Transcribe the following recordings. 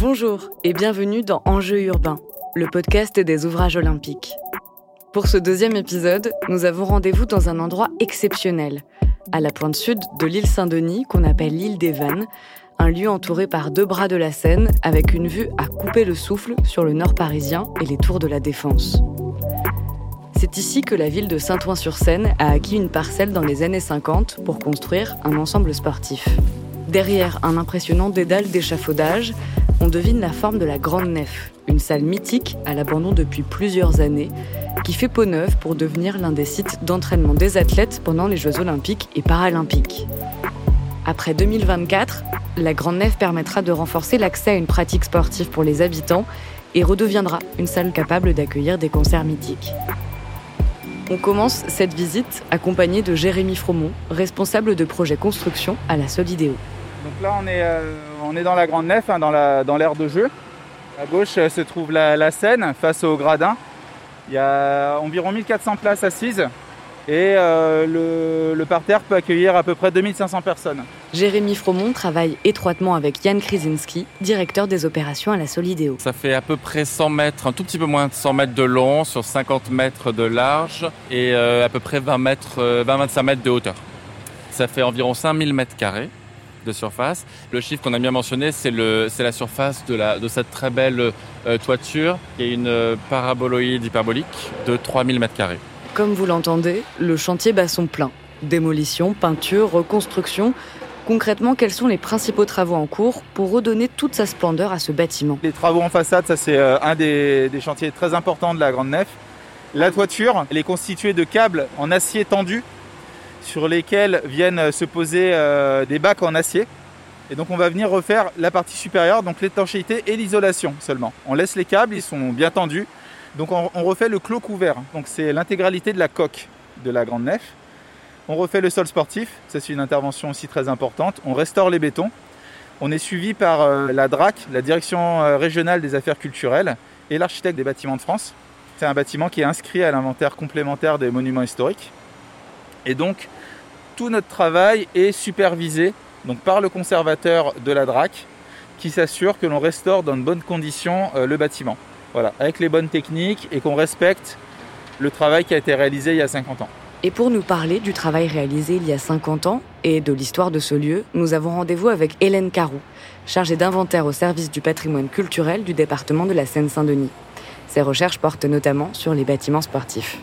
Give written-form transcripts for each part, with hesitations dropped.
Bonjour et bienvenue dans Enjeux urbains, le podcast des ouvrages olympiques. Pour ce deuxième épisode, nous avons rendez-vous dans un endroit exceptionnel, à la pointe sud de l'île Saint-Denis qu'on appelle l'île des Vannes, un lieu entouré par 2 bras de la Seine avec une vue à couper le souffle sur le nord parisien et les tours de la Défense. C'est ici que la ville de Saint-Ouen-sur-Seine a acquis une parcelle dans les années 50 pour construire un ensemble sportif. Derrière un impressionnant dédale d'échafaudage, on devine la forme de la Grande Nef, une salle mythique à l'abandon depuis plusieurs années, qui fait peau neuve pour devenir l'un des sites d'entraînement des athlètes pendant les Jeux olympiques et paralympiques. Après 2024, la Grande Nef permettra de renforcer l'accès à une pratique sportive pour les habitants et redeviendra une salle capable d'accueillir des concerts mythiques. On commence cette visite accompagné de Jérémy Fromont, responsable de projet construction à la Solideo. Donc là on est dans la Grande Nef, dans l'aire de jeu. À gauche se trouve la Seine face au gradin. Il y a environ 1400 places assises et le parterre peut accueillir à peu près 2500 personnes. Jérémy Fromont travaille étroitement avec Yann Krizinski, directeur des opérations à la Solideo. Ça fait à peu près 100 mètres, un tout petit peu moins de 100 mètres de long sur 50 mètres de large et à peu près 20-25 mètres de hauteur. Ça fait environ 5000 mètres carrés de surface. Le chiffre qu'on a bien mentionné, c'est la surface de cette très belle toiture qui est une paraboloïde hyperbolique de 3000 mètres carrés. Comme vous l'entendez, le chantier bat son plein. Démolition, peinture, reconstruction. Concrètement, quels sont les principaux travaux en cours pour redonner toute sa splendeur à ce bâtiment ? Les travaux en façade, ça c'est un des chantiers très importants de la Grande Nef. La toiture, elle est constituée de câbles en acier tendu sur lesquels viennent se poser des bacs en acier. Et donc on va venir refaire la partie supérieure, donc l'étanchéité et l'isolation seulement. On laisse les câbles, ils sont bien tendus. Donc on refait le clos couvert, donc c'est l'intégralité de la coque de la Grande Nef. On refait le sol sportif, ça c'est une intervention aussi très importante. On restaure les bétons. On est suivi par la DRAC, la Direction régionale des affaires culturelles, et l'architecte des bâtiments de France. C'est un bâtiment qui est inscrit à l'inventaire complémentaire des monuments historiques. Et donc tout notre travail est supervisé donc, par le conservateur de la DRAC qui s'assure que l'on restaure dans de bonnes conditions le bâtiment. Voilà, avec les bonnes techniques et qu'on respecte le travail qui a été réalisé il y a 50 ans. Et pour nous parler du travail réalisé il y a 50 ans et de l'histoire de ce lieu, nous avons rendez-vous avec Hélène Caroux, chargée d'inventaire au service du patrimoine culturel du département de la Seine-Saint-Denis. Ses recherches portent notamment sur les bâtiments sportifs.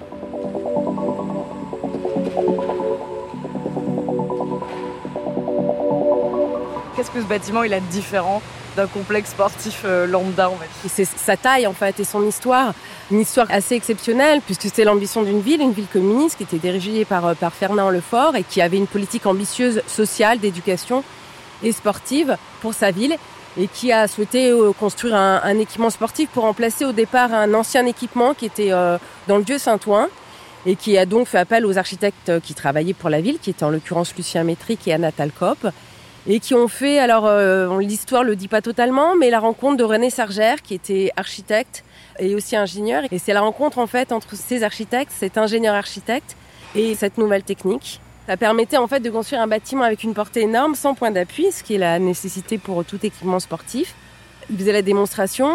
Qu'est-ce que ce bâtiment il a de différent d'un complexe sportif lambda, on va dire ? C'est sa taille en fait et son histoire, une histoire assez exceptionnelle puisque c'était l'ambition d'une ville communiste qui était dirigée par Fernand Lefort et qui avait une politique ambitieuse sociale, d'éducation et sportive pour sa ville et qui a souhaité construire un équipement sportif pour remplacer au départ un ancien équipement qui était dans le vieux Saint-Ouen et qui a donc fait appel aux architectes qui travaillaient pour la ville, qui étaient en l'occurrence Lucien Métric et Anna Talcop. Et qui ont fait, l'histoire le dit pas totalement, mais la rencontre de René Sargère, qui était architecte et aussi ingénieur. Et c'est la rencontre en fait entre ces architectes, cet ingénieur architecte et cette nouvelle technique. Ça permettait en fait de construire un bâtiment avec une portée énorme, sans point d'appui, ce qui est la nécessité pour tout équipement sportif. Il faisait la démonstration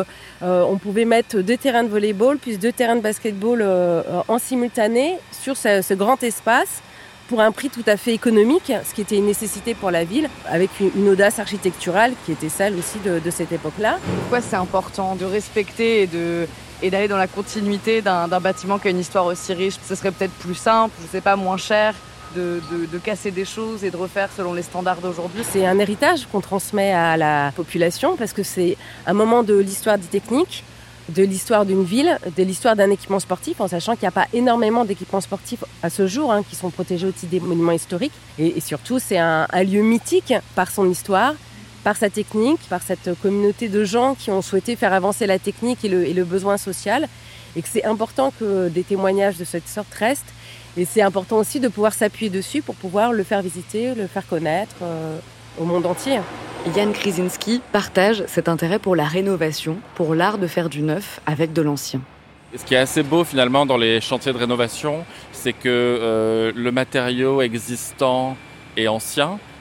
qu'on pouvait mettre 2 terrains de volley-ball plus 2 terrains de basketball en simultané sur ce grand espace, pour un prix tout à fait économique, ce qui était une nécessité pour la ville, avec une audace architecturale qui était celle aussi de cette époque-là. Pourquoi c'est important de respecter et d'aller dans la continuité d'un bâtiment qui a une histoire aussi riche ? Ce serait peut-être plus simple, je sais pas, moins cher de casser des choses et de refaire selon les standards d'aujourd'hui. C'est un héritage qu'on transmet à la population parce que c'est un moment de l'histoire des techniques, de l'histoire d'une ville, de l'histoire d'un équipement sportif, en sachant qu'il n'y a pas énormément d'équipements sportifs à ce jour qui sont protégés au titre des monuments historiques. Et surtout, c'est un lieu mythique par son histoire, par sa technique, par cette communauté de gens qui ont souhaité faire avancer la technique et le besoin social. Et que c'est important que des témoignages de cette sorte restent. Et c'est important aussi de pouvoir s'appuyer dessus pour pouvoir le faire visiter, le faire connaître au monde entier. Yann Krizinski partage cet intérêt pour la rénovation, pour l'art de faire du neuf avec de l'ancien. Ce qui est assez beau finalement dans les chantiers de rénovation, c'est que le matériau existant est ancien,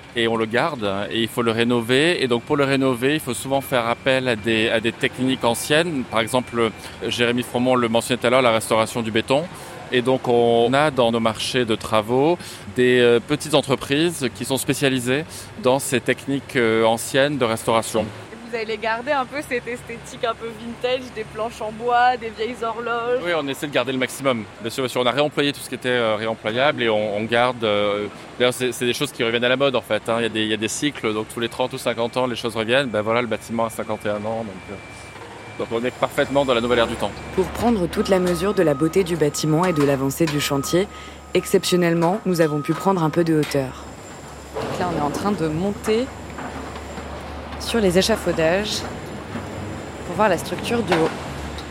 et on le garde et il faut le rénover. Et donc pour le rénover, il faut souvent faire appel à des techniques anciennes. Par exemple, Jérémy Fromont le mentionnait tout à l'heure, la restauration du béton. Et donc on a dans nos marchés de travaux des petites entreprises qui sont spécialisées dans ces techniques anciennes de restauration. Vous allez garder un peu cette esthétique un peu vintage, des planches en bois, des vieilles horloges. Oui, on essaie de garder le maximum. Bien sûr, on a réemployé tout ce qui était réemployable et on garde... D'ailleurs, c'est des choses qui reviennent à la mode en fait. Il y a des cycles, donc tous les 30 ou 50 ans, les choses reviennent. Ben voilà, le bâtiment a 51 ans, donc on est parfaitement dans la nouvelle ère du temps. Pour prendre toute la mesure de la beauté du bâtiment et de l'avancée du chantier, exceptionnellement, nous avons pu prendre un peu de hauteur. Donc là, on est en train de monter sur les échafaudages pour voir la structure du haut.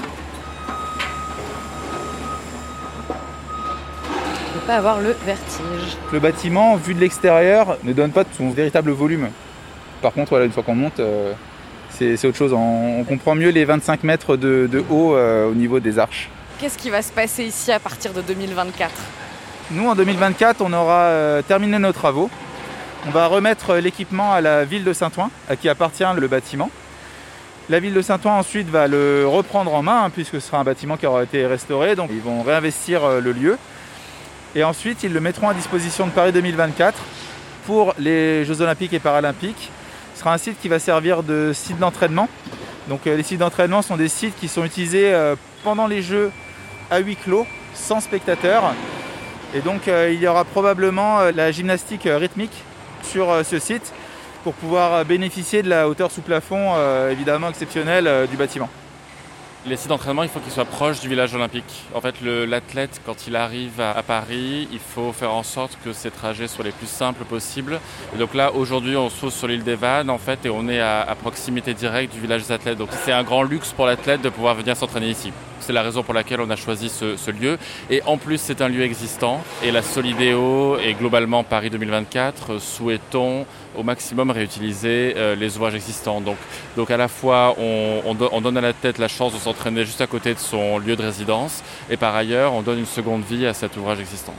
Ne pas avoir le vertige. Le bâtiment, vu de l'extérieur, ne donne pas son véritable volume. Par contre, voilà, une fois qu'on monte, c'est autre chose. On comprend mieux les 25 mètres de haut au niveau des arches. Qu'est-ce qui va se passer ici à partir de 2024 ? Nous, en 2024, on aura terminé nos travaux. On va remettre l'équipement à la ville de Saint-Ouen, à qui appartient le bâtiment. La ville de Saint-Ouen ensuite va le reprendre en main, puisque ce sera un bâtiment qui aura été restauré. Donc ils vont réinvestir le lieu. Et ensuite, ils le mettront à disposition de Paris 2024 pour les Jeux Olympiques et Paralympiques. Ce sera un site qui va servir de site d'entraînement. Donc les sites d'entraînement sont des sites qui sont utilisés pendant les Jeux à huis clos, sans spectateurs. Et donc il y aura probablement la gymnastique rythmique sur ce site pour pouvoir bénéficier de la hauteur sous plafond évidemment exceptionnelle du bâtiment. Les sites d'entraînement, il faut qu'ils soient proches du village olympique. En fait, l'athlète, quand il arrive à Paris, il faut faire en sorte que ses trajets soient les plus simples possibles. Et donc là, aujourd'hui, on se trouve sur l'île des Vannes, en fait, et on est à proximité directe du village des athlètes. Donc c'est un grand luxe pour l'athlète de pouvoir venir s'entraîner ici. C'est la raison pour laquelle on a choisi ce lieu. Et en plus, c'est un lieu existant. Et la Solidéo et globalement Paris 2024 souhaitons au maximum réutiliser les ouvrages existants. Donc à la fois, on donne à l'athlète la chance de s'entraîner juste à côté de son lieu de résidence. Et par ailleurs, on donne une seconde vie à cet ouvrage existant.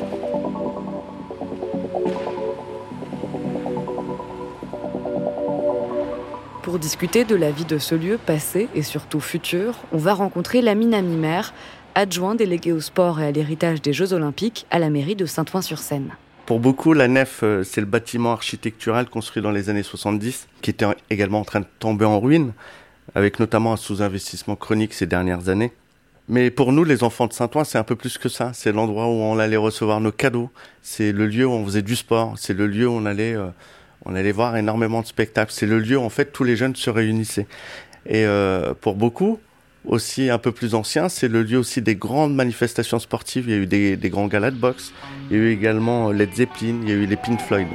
Pour discuter de la vie de ce lieu passé et surtout futur, on va rencontrer Lamine Amimer, adjoint délégué au sport et à l'héritage des Jeux Olympiques à la mairie de Saint-Ouen-sur-Seine. Pour beaucoup, la nef, c'est le bâtiment architectural construit dans les années 70, qui était également en train de tomber en ruine, avec notamment un sous-investissement chronique ces dernières années. Mais pour nous, les enfants de Saint-Ouen, c'est un peu plus que ça. C'est l'endroit où on allait recevoir nos cadeaux. C'est le lieu où on faisait du sport. C'est le lieu où on allait voir énormément de spectacles. C'est le lieu où, en fait, tous les jeunes se réunissaient. Et pour beaucoup, aussi un peu plus anciens, c'est le lieu aussi des grandes manifestations sportives. Il y a eu des grands galas de boxe. Il y a eu également Led Zeppelin. Il y a eu les Pink Floyd.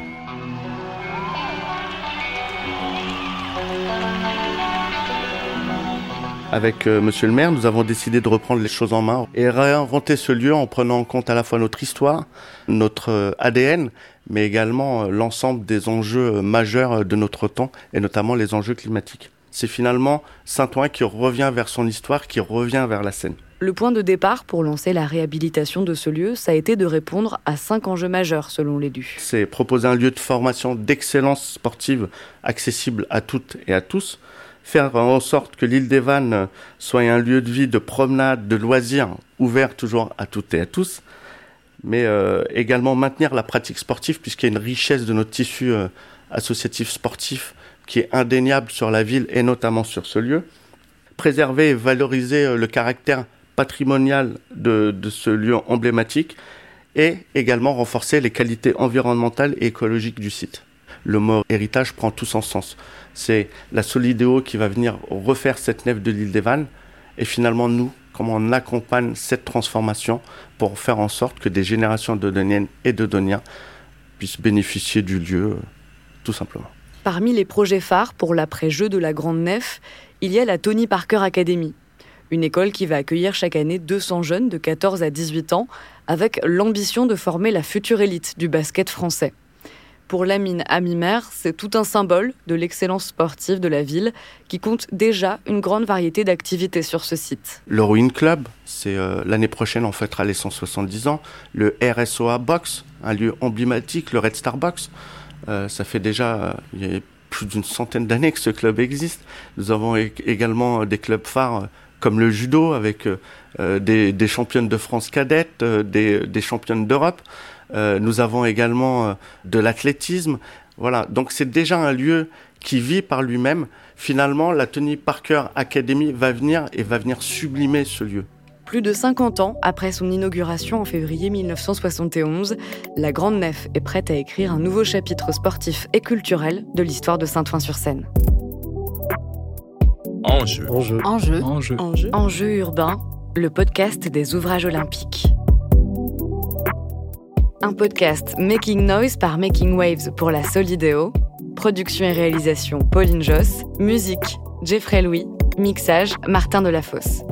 Avec monsieur le maire, nous avons décidé de reprendre les choses en main et réinventer ce lieu en prenant en compte à la fois notre histoire, notre ADN, mais également l'ensemble des enjeux majeurs de notre temps et notamment les enjeux climatiques. C'est finalement Saint-Ouen qui revient vers son histoire, qui revient vers la Seine. Le point de départ pour lancer la réhabilitation de ce lieu, ça a été de répondre à 5 enjeux majeurs selon l'élu. C'est proposer un lieu de formation d'excellence sportive accessible à toutes et à tous, faire en sorte que l'île des Vannes soit un lieu de vie, de promenade, de loisirs, ouvert toujours à toutes et à tous, mais également maintenir la pratique sportive puisqu'il y a une richesse de notre tissu associatif sportif qui est indéniable sur la ville et notamment sur ce lieu. Préserver et valoriser le caractère patrimonial de ce lieu emblématique et également renforcer les qualités environnementales et écologiques du site. Le mot héritage prend tout son sens. C'est la Solidéo qui va venir refaire cette nef de l'île des Vannes et finalement nous, comment on accompagne cette transformation pour faire en sorte que des générations de Doniennes et de Doniens puissent bénéficier du lieu, tout simplement. Parmi les projets phares pour l'après-jeu de la Grande Nef, il y a la Tony Parker Academy, une école qui va accueillir chaque année 200 jeunes de 14 à 18 ans avec l'ambition de former la future élite du basket français. Pour Lamine Amimer, c'est tout un symbole de l'excellence sportive de la ville qui compte déjà une grande variété d'activités sur ce site. Le Ruin Club, c'est l'année prochaine on fêtera les 170 ans. Le RSOA Box, un lieu emblématique, le Red Star Box. Ça fait déjà il y a plus d'une centaine d'années que ce club existe. Nous avons également des clubs phares comme le judo, avec des championnes de France cadettes, des championnes d'Europe. Nous avons également de l'athlétisme. Voilà, donc c'est déjà un lieu qui vit par lui-même. Finalement, la Tony Parker Academy va venir sublimer ce lieu. Plus de 50 ans après son inauguration en février 1971, la Grande Nef est prête à écrire un nouveau chapitre sportif et culturel de l'histoire de Saint-Ouen-sur-Seine. Enjeux urbains, le podcast des ouvrages olympiques. Un podcast Making Noise par Making Waves pour la Solidéo. Production et réalisation Pauline Josse. Musique Jeffrey Louis. Mixage Martin Delafosse.